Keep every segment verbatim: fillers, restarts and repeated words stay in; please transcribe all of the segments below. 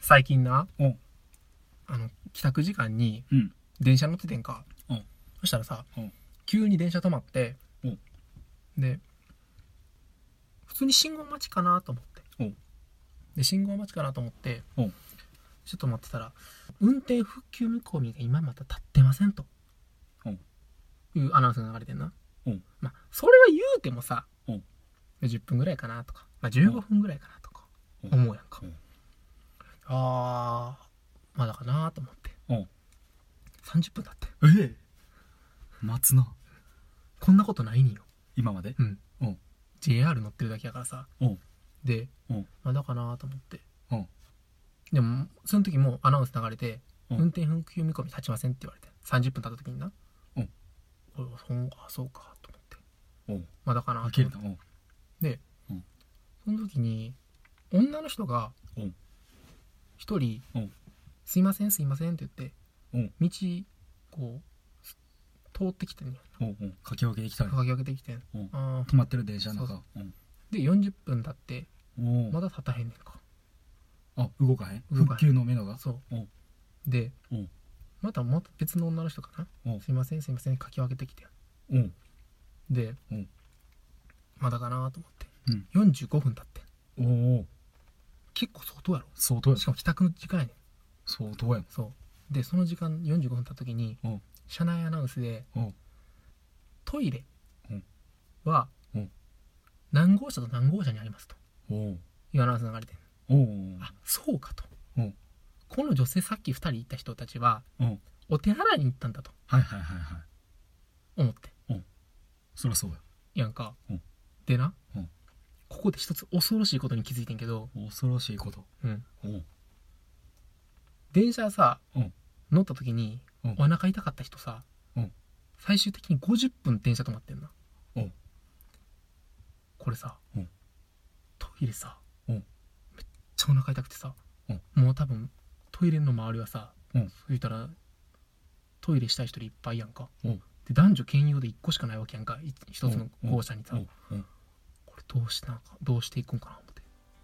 最近な、 うん。 あの、帰宅時間に、 うん。 電車乗っててんか。 うん。 そしたらさ、 うん。 急に電車止まって、 うん。 で、普通に信号待ちかなと思って。 うん。 で、信号待ちかなと思って、 うん。 ちょっと待ってたら、運転復旧見込みが今また立ってませんと。 うん。 いうアナウンスが流れてんな。 うん。 まあ、それは言うてもさ、 うん。 じゅっぷんぐらいかなとか、まあ、じゅうごふんぐらいかなとか、思うやんか。 うん。 あー、まだかなと思って。 うん。 さんじゅっぷん経って。 ええ。待つな。 こんなことないによ。 今まで。 うん。 うん。 ジェイアール 乗ってるだけやからさ。 うん。 で、 うん。 まだかなと思って。 うん。 でも、その時もうアナウンス流れて、 うん、 運転復旧見込み立ちませんって言われて、さんじゅっぷん経った時にな。 うん。 俺はそうか、そうか、と思って。 うん。 まだかなと思って。 うん。 で、 うん、 その時に、女の人が、一人、 うん、 すいません、すいませんって言って、 うん、 道、こう、通ってきてんねん。うん。かき分けてきたね。 かき分けてきてん。 うん、 あ止まってる電車の中。 そうそう、 うん、 で、よんじゅっぷん経って、 おまだ立たへんねんか。 あ、動かへん動かへん復旧の目のが。 そう。 うん、 で、 うん、 またまた別の女の人かな。 うん、 すいません、すいません、かき分けてきて。 うん。 で、 うん、 まだかなと思って。 うん、 よんじゅうごふん経って。 おお。 結構相当やろ。 相当や。 しかも帰宅の時間やねん。 相当やん。 そう。で、その時間よんじゅうごふん経った時に、 うん、 車内アナウンスで、 うん、 トイレは、 うん、何号車と何号車にありますと。 おいうアナウンス流れてる。 おお。 あ、そうかと。 うん。 この女性さっきふたり行った人たちは、うん、お手洗いに行ったんだと。 はいはいはいはい。 思って。 うん。そりゃそうや。 やんか。 うん。 でな、 うん。 ここで一つ恐ろしいことに気づいてんけど。 恐ろしいこと。 うん。 うん。 電車さ、 うん、 乗った時に、うん、お腹痛かった人さ、うん、最終的にごじゅっぷん電車止まってんな。うん。これさ、うん、トイレさ、うん、めっちゃお腹痛くてさ、うん、もう多分トイレの周りはさ、うん、そう言ったらトイレしたい人でいっぱいやんか、うん、で男女兼用でいっこしかないわけやんか、一つの号車にさ、うんうん、これどうしてなんかどうしていくんかな思って。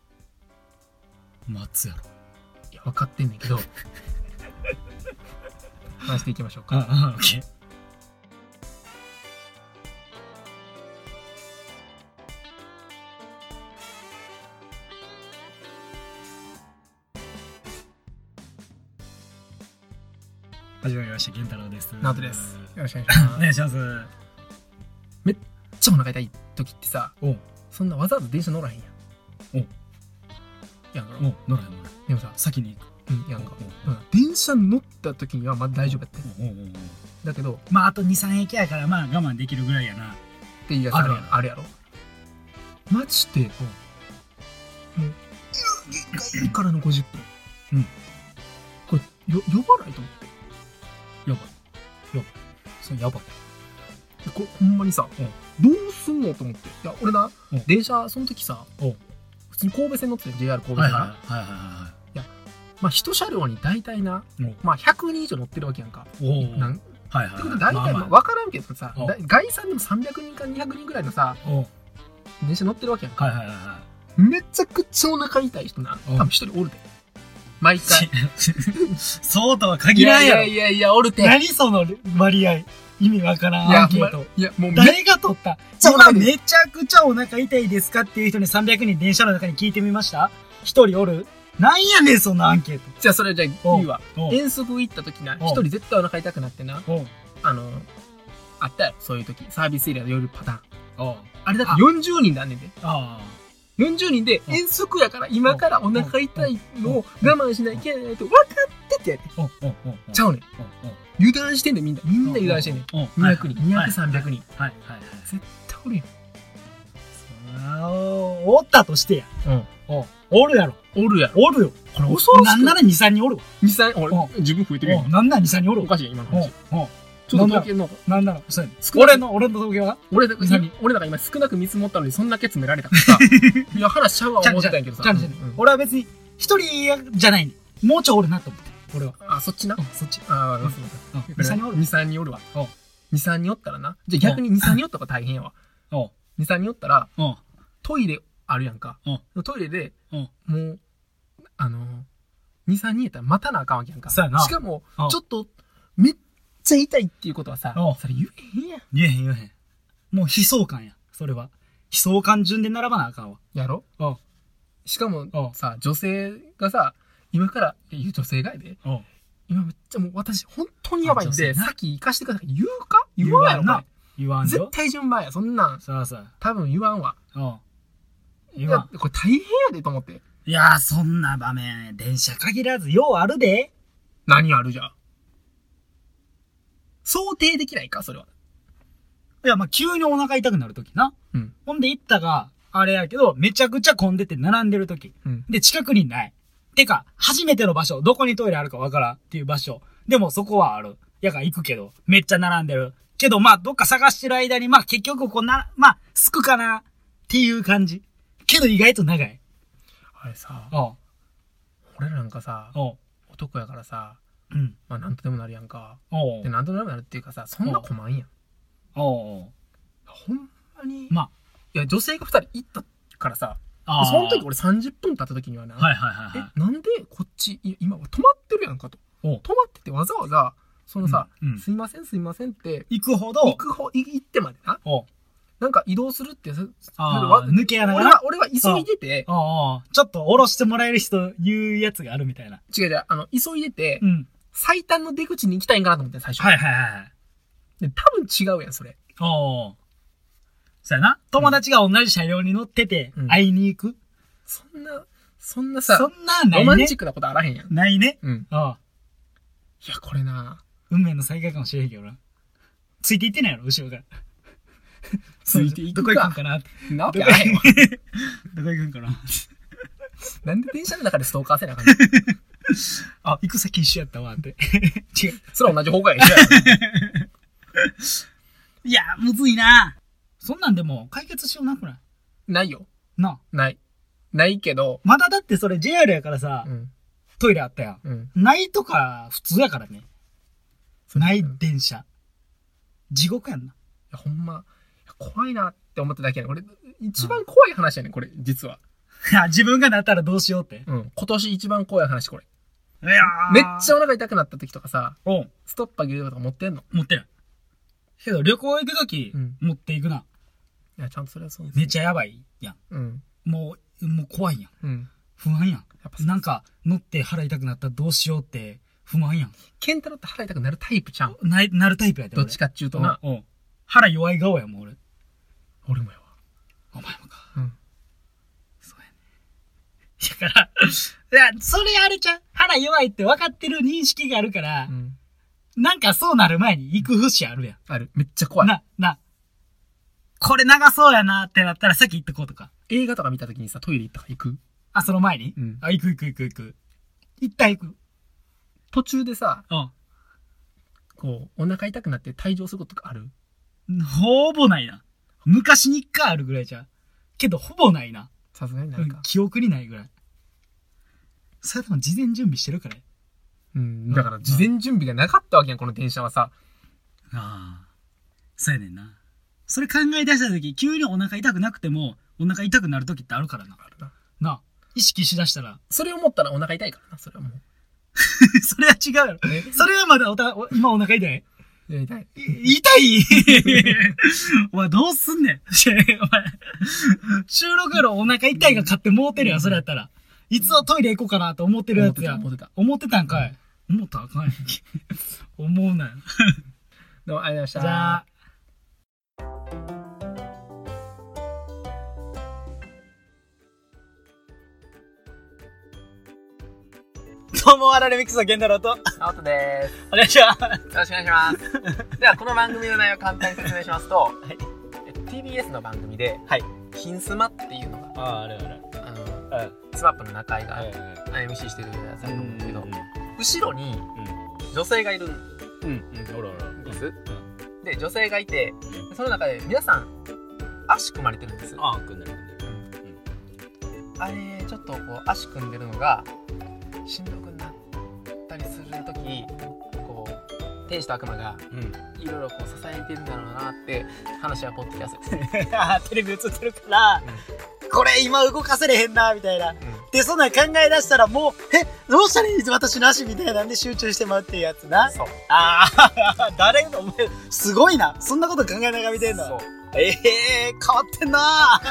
待つやろ。 いや分かってんねんけど話していきましょうか。 ああ、オッケー。始まりました。健太郎です。 ナオトです。よろしくお願いします。 お願いします。 めっちゃお腹痛い時ってさ、 おそんなわざわざ電車乗らへんやん。おやんか。 お乗らへん乗らへん。 でもさ、 先に行く。 うん、やんか。うん、電車乗った時にはまだ大丈夫やって。だけど、 まああとに、さん駅やからまあ我慢できるぐらいやな。 っていうやつあるやろ。あるやろ。マジで、もう、限界からのごじゅっぷん。うん。これ、よ、呼ばないと思って。 やばい。やばい。それやばい。 これ、ほんまにさ、どうすんのと思って。いや、俺な、電車、その時さ、普通に神戸線乗ってて ジェイアール 神戸線な。はいはいはいはい。いや、まあ、一車両に大体な、まあ、ひゃくにん以上乗ってるわけやんか。なんはいはい。ってことで大体分からんけどさ、概算でもさんびゃくにんかにひゃくにんぐらいのさ、電車乗ってるわけやんか。はいはいはい。めちゃくちゃお腹痛い人な、多分一人おるで。毎回。 そうとは限らんやろ。 いやいやいや、おるて。 何その割合。意味わからんアンケート。 いや、もう誰が取った？今めちゃくちゃお腹痛いですかっていう人にさんびゃくにん電車の中に聞いてみました？一人おる？なんやねん、そんなアンケート。 じゃあそれじゃあ言うわ。遠足行った時な、一人絶対お腹痛くなってな。あの、あったやろ、そういう時。サービスエリアで寄るパターン。あれだってよんじゅうにんだんねんで。よんじゅうにんで遠足やから今からお腹痛いのを我慢しなきゃいけないと分かっててやってちゃうねん。油断してんねんみんな。みんな油断してんねん。にひゃくにん、にひゃく、さんびゃくにん。はいはいはい。絶対おるやん。 おったとしてや。うん。おるやろ。 おるやろ。 おるよ。これ恐ろしい。なんならに、さんにんおるわ。 に、さん、俺、自分増えてるよ。 なんならに、さんにんおるわ。 おかしい今の話。ちょっと統計の。 なんなら、そうやね。俺の、俺の統計は俺だから今少なく見積もったのにそんだけ詰められたからさ。いや、話しちゃうわ思ってたんやけどさ。 俺は別に、一人じゃないね。もうちょいおるなと思って。俺は。 あ、そっちな。 そっち。 ああ、そうだ。に、さんにんおる。に、さんにんおるわ。に、さんにんおったらな。じゃ逆にに、さんにんおったら大変やわ。に、さんにんおったら、トイレあるやんか。トイレで、もう、あの、 に、さんにんやったら待たなあかんわけやんか。 そうやな。 しかも、ちょっと、めっちゃ痛いっていうことはさ、それ言えへんやん。 言えへん言えへん。もう悲壮感や。それは。悲壮感順で並ばなあかんわ。 やろ？ うん。 しかも、さ、女性がさ、今から、女性がやで。今めっちゃもう私、本当にやばいんで、さっき行かしてください。言うか？言わんやろな。言わんよ。絶対順番や、そんなん。そうそう。多分言わんわ。うん。言わん。これ大変やでと思って。 いやー、そんな場面、電車限らず、ようあるで。 何あるじゃん。想定できないか、それは。 いや、まあ、急にお腹痛くなるときな。うん。ほんで行ったが、あれやけど、めちゃくちゃ混んでて並んでるとき。うん。で、近くにない。てか、初めての場所、どこにトイレあるかわからんっていう場所。でもそこはある。やから行くけど、めっちゃ並んでる。けど、まあ、どっか探してる間に、まあ、結局、こうな、まあ、すくかなっていう感じ。けど、意外と長い。 あれさ、お俺らなんかさ、男やからさ、うん。まあ、なんとでもなるやんか。おで、なんとでもなるっていうかさ、そんな困んやん。おほんまに。まあ、いや、女性が二人行ったからさ、その時俺さんじゅっぷん経った時にはな、はいはいはい、はい。え、なんでこっち、今は止まってるやんかと。止まっててわざわざ、そのさ、うんうん、すいませんすいませんって、 行くほど、 行くほ、行ってまでな。なんか移動するって、 あ抜け穴が俺は、俺は急いでて、 ちょっと降ろしてもらえる人言うやつがあるみたいな。 違う違う、あの、急いでて、うん、最短の出口に行きたいんかなと思って最初。 はいはいはい。 で、多分違うやん、それ。おー。 そうやな。友達が同じ車両に乗ってて、会いに行く、うん、 そんな、そんなさ、 そんなないね。 ロマンチックなことあらへんやん。 ないね。 うん。ああ。いや、これな、 運命の再会かもしれへんけどな。ついていってないやろ、後ろから。 ついていくか。 どこ行くんかなって。 なわけあらへんわ。 どこ行くんかな。 なんで電車の中でストーカーせなあかんのあ、行く先一緒やったわって。 違う。それは同じ方向や一緒や。 いや、むずいな。そんなんでも解決しようなくない？ ないよ。 な。 ない。ないけど。 まだだってそれ ジェイアール やからさ、うん、トイレあったやん。うん、ないとか普通やからね。ない電車。地獄やんな。いや、ほんま、怖いなって思っただけやねん。俺、一番怖い話やねん、これ、実は。 自分がなったらどうしようって。 うん。今年一番怖い話、これ。いやー。めっちゃお腹痛くなった時とかさ、うん。ストッパー牛乳とか持ってんの？ 持ってる。けど旅行行く時、うん、持っていくな。 いや、ちゃんとそれはそうです。 めっちゃやばいやん。うん。もう、もう怖いやん。うん。不安やん。やっぱなんか、乗って腹痛くなったらどうしようって、不安やん。 ケンタロって腹痛くなるタイプちゃん。 な、なるタイプやで。 どっちかっちゅうとな。 うん。腹弱い顔やもん、俺。 俺もやわ。 お前もか。うん。そうやね。だから、いや、それあれちゃう。腹弱いって分かってる認識があるから、うん、なんかそうなる前に行く節あるやん。 ある。めっちゃ怖い。 な、な。これ長そうやなってなったら先行ってこうとか。 映画とか見た時にさ、トイレ行ったから行く？ あ、その前に？うん。あ、行く行く行く行く。一旦行く。 途中でさ、うん。こう、お腹痛くなって退場することとかある？ ほぼないな。昔に一回あるぐらいじゃ。けど、ほぼないな。 さすがにないか、うん。 記憶にないぐらい。それでも事前準備してるから。 うん。だから、事前準備がなかったわけやん、この電車はさ。 ああ。そうやねんな。それ考え出したとき、急にお腹痛くなくても、お腹痛くなるときってあるからな。あるな。なあ。意識しだしたら。 それを思ったらお腹痛いからな、それはもう。 それは違うやろ。それはまだおた、今お腹痛い？ いや、痛い。 痛いお前どうすんねん。お前、収録やろお腹痛いが買ってもうてるやん、それやったら。いつはトイレ行こうかなと思ってるやつや。 思ってた。 思ってたんかい。思ったらあかんやん。思うなよ。 どうもありがとうございました。 じゃあ。どうも、アラレミックスの健太郎と、 ナオトでーす。 お願いします。よろしくお願いします。では、この番組の内容を簡単に説明しますと、はい、ティービーエス の番組で、はい、金スマっていうのが、 ああ、あれあれ。 あの、はい、スマップの中井が エムシー してるやつだと思うんですけど、後ろに女性がいるんです。で、女性がいて、その中で皆さん、足組まれてるんです。 ああ、組んでる組んでる。あれ、ちょっとこう、足組んでるのが、しんどくなったりするとき、こう天使と悪魔がいろいろこう支えてるんだろうなって話はポッドキャストです。 テレビ映ってるから、うん、これ今動かせれへんなみたいな、うん、 で、そんなん考え出したらもう、え、どうしたらいい私の足みたいなんで集中してまうっていうやつな。 そう。 ああ、誰の、お前、すごいな。そんなこと考えながら見てんの。そう。ええー、変わってんな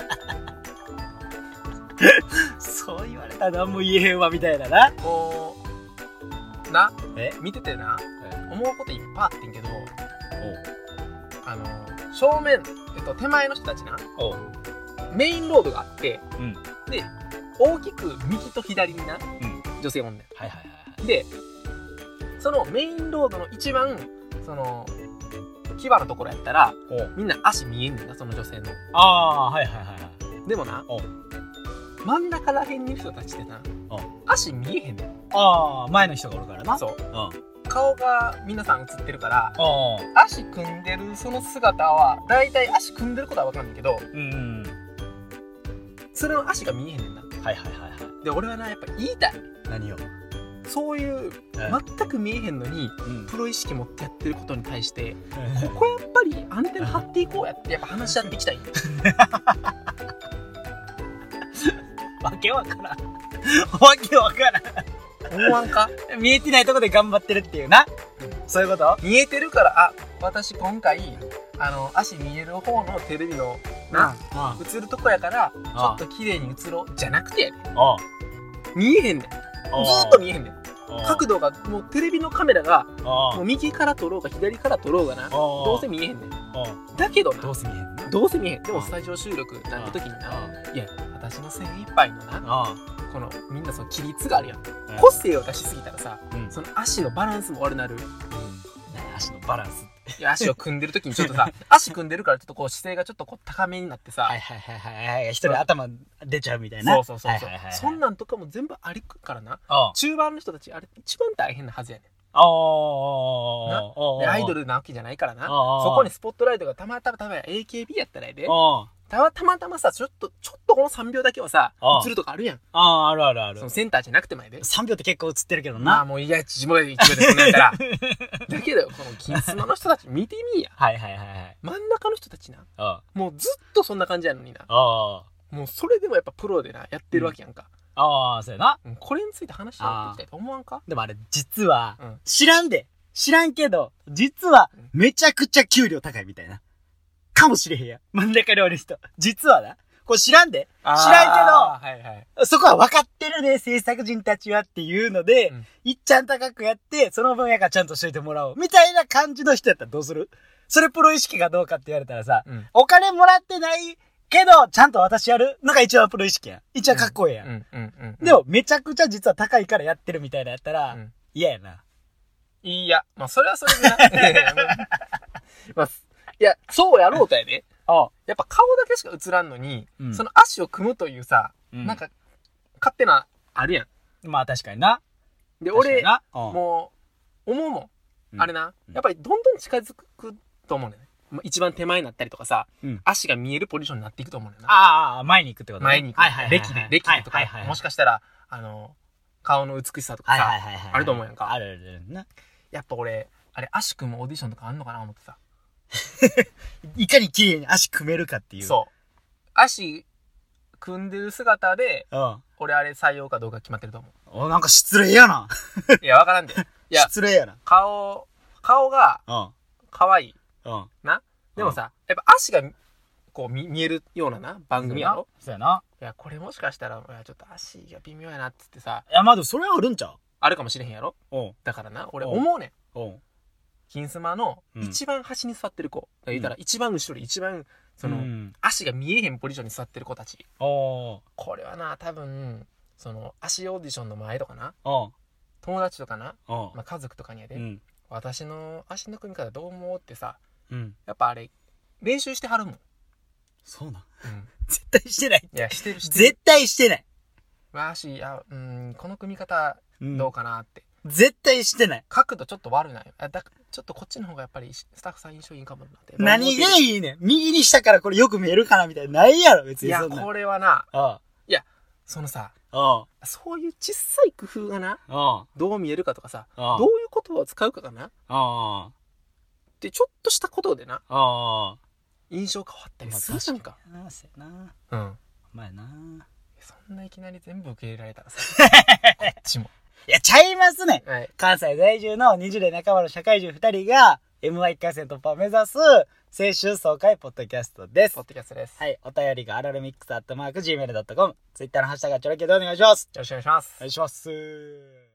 そう言われたら何も言えへんわ、みたいなな。 もう、な、え見ててな、思うこといっぱいあってんけど、あの、正面、えっと、手前の人たちな、メインロードがあって、うん、で、大きく右と左にな、うん、女性もんねん。はいはいはい。で、そのメインロードの一番、その、牙のところやったら、みんな足見えんねんな、その女性の。 ああー、はいはいはいはい。 でもな、真ん中らへんにいる人たちってな、足見えへんねん。 ああ、前の人がおるからな。 そう。顔が皆さん映ってるから、足組んでるその姿は、だいたい足組んでることは分かんないけど、うん、それの足が見えへんねんな。はいはいはいはい。で、俺はな、やっぱ言いたい。 何を？ そういう全く見えへんのに、うん、プロ意識持ってやってることに対して、うん、ここやっぱりアンテナ張っていこうやってやっぱ話し合っていきたいんだよ。 わけわからん。わけわからん。 思わんか？ 見えてないとこで頑張ってるっていうな。そういうこと？ 見えてるから、あ、私今回あの足見える方のテレビのな、うん、映るとこやからちょっと綺麗に映ろうじゃなくてやで。見えへんねん。ずーっと見えへんねん。角度がもうテレビのカメラがもう右から撮ろうが左から撮ろうがな、どうせ見えへんねん。だけどな、 どうせ見えへんな。 どうせ見えへん。でもスタジオ収録になった時にな、いや私の精一杯のな、このみんなその規律があるやん。個性を出しすぎたらさ、その足のバランスも悪なる。 足のバランス。 いや足を組んでる時にちょっとさ、足組んでるからちょっとこう姿勢がちょっとこう高めになってさ、 はいはいはいはい、一人頭出ちゃうみたいな。 そうそうそうそう。そんなんとかも全部ありくからな。中盤の人たちあれ一番大変なはずやねん。ああ。でアイドルなわけじゃないからな。そこにスポットライトがたまたまたま エーケービー やったらやで。たまたまたまさ、ちょっと、ちょっとこのさんびょうだけはさ、映るとかあるやん。 ああ、あるあるある。 そのセンターじゃなくてもやで。 さんびょうって結構映ってるけどな。 まあもういや、自分で一秒でそんなんやったら。だけど、この金スマの人たち見てみや。 はいはいはいはい。 真ん中の人たちな。もうずっとそんな感じやのにな。もうそれでもやっぱプロでな、やってるわけやんか。 ああ、そうやな。 これについて話し合っていきたいと思わんか？ でもあれ、実は、知らんで。知らんけど、実は、めちゃくちゃ給料高いみたいな。かもしれへんや。真ん中におる人。実はな。これ知らんで。知らんけど、はいはい、そこは分かってるね、制作人たちはっていうので、うん、いっちゃん高くやって、その分野がちゃんとしといてもらおう。みたいな感じの人やったらどうする？それプロ意識がどうかって言われたらさ、うん、お金もらってないけど、ちゃんと私やるのが一番プロ意識やん。一番かっこいいやん。でも、めちゃくちゃ実は高いからやってるみたいなやったら、嫌、うん、やな。 いや、まあ、それはそれでな。まあいや、そうやろうとやで。ああやっぱ顔だけしか映らんのに、うん、その足を組むというさ、うん、なんか、勝手な、あるやん。 まあ確かにな。 で、俺、もう、思うもん。うん、あれな、やっぱりどんどん近づくと思うねん。一番手前になったりとかさ、うん、足が見えるポジションになっていくと思うねんな。 ああ、前に行くってことね。 前に行く。はいはいはいはい、歴で、歴でとか、はいはいはい、もしかしたら、あの、顔の美しさとかさ、はいはいはいはい、あると思うやんか。 あるあるな。 やっぱ俺、あれ、足組むオーディションとかあんのかな思ってさ。 いかに綺麗に足組めるかっていう。 そう。足組んでる姿で、うん、俺あれ採用かどうか決まってると思う。 お、なんか失礼やな。 いや、わからんで。いや、 失礼やな。 顔、顔が、可愛い。うん。な。でもさ、やっぱ足が、こう見、見えるようなな、番組やろ？ そうやな。 いや、これもしかしたら、いや、ちょっと足が微妙やなっつってさ。 いや、まあでもそれはあるんちゃう？ あるかもしれへんやろ？うん。だからな、俺思うねん。うん。金スマの一番端に座ってる子、うん、言ったら一番後ろで一番その、うん、足が見えへんポジションに座ってる子たち、これはな多分その足オーディションの前とかな、友達とかな、まあ、家族とかにやで、うん、私の足の組み方どう思うってさ、うん、やっぱあれ練習してはるもん。 そうなん、うん、絶対してない。 いやしてるしてる。 絶対してない。 足、いや、うん、この組み方どうかなって、 うん、絶対してない。 角度ちょっと悪ない。あだちょっとこっちの方がやっぱりスタッフさん印象いいかもなって。 何がいいねん。右にしたからこれよく見えるかなみたいな。ないやろ、別にそんな。 いや、これはな。ああいや、そのさ、ああそういう小さい工夫がな、ああどう見えるかとかさ、ああどういう言葉を使うかがな。ああで、ちょっとしたことでな。ああ印象変わったりするじゃんか。 そうやな。うん。お前な。 そんないきなり全部受け入れられたらさ。こっちも。 いや、ちゃいますね。 はい。 関西在住のにじゅう代半ばの社会人ふたりが エムワンいっかい戦突破を目指す青春爽快ポッドキャストです。 ポッドキャストです。 はい。お便りがアラルミックスアットマーク ジーメールドットコム。ツイッターのハッシュタグはチョロケでお願いします。 よろしくお願いします。 お願いします。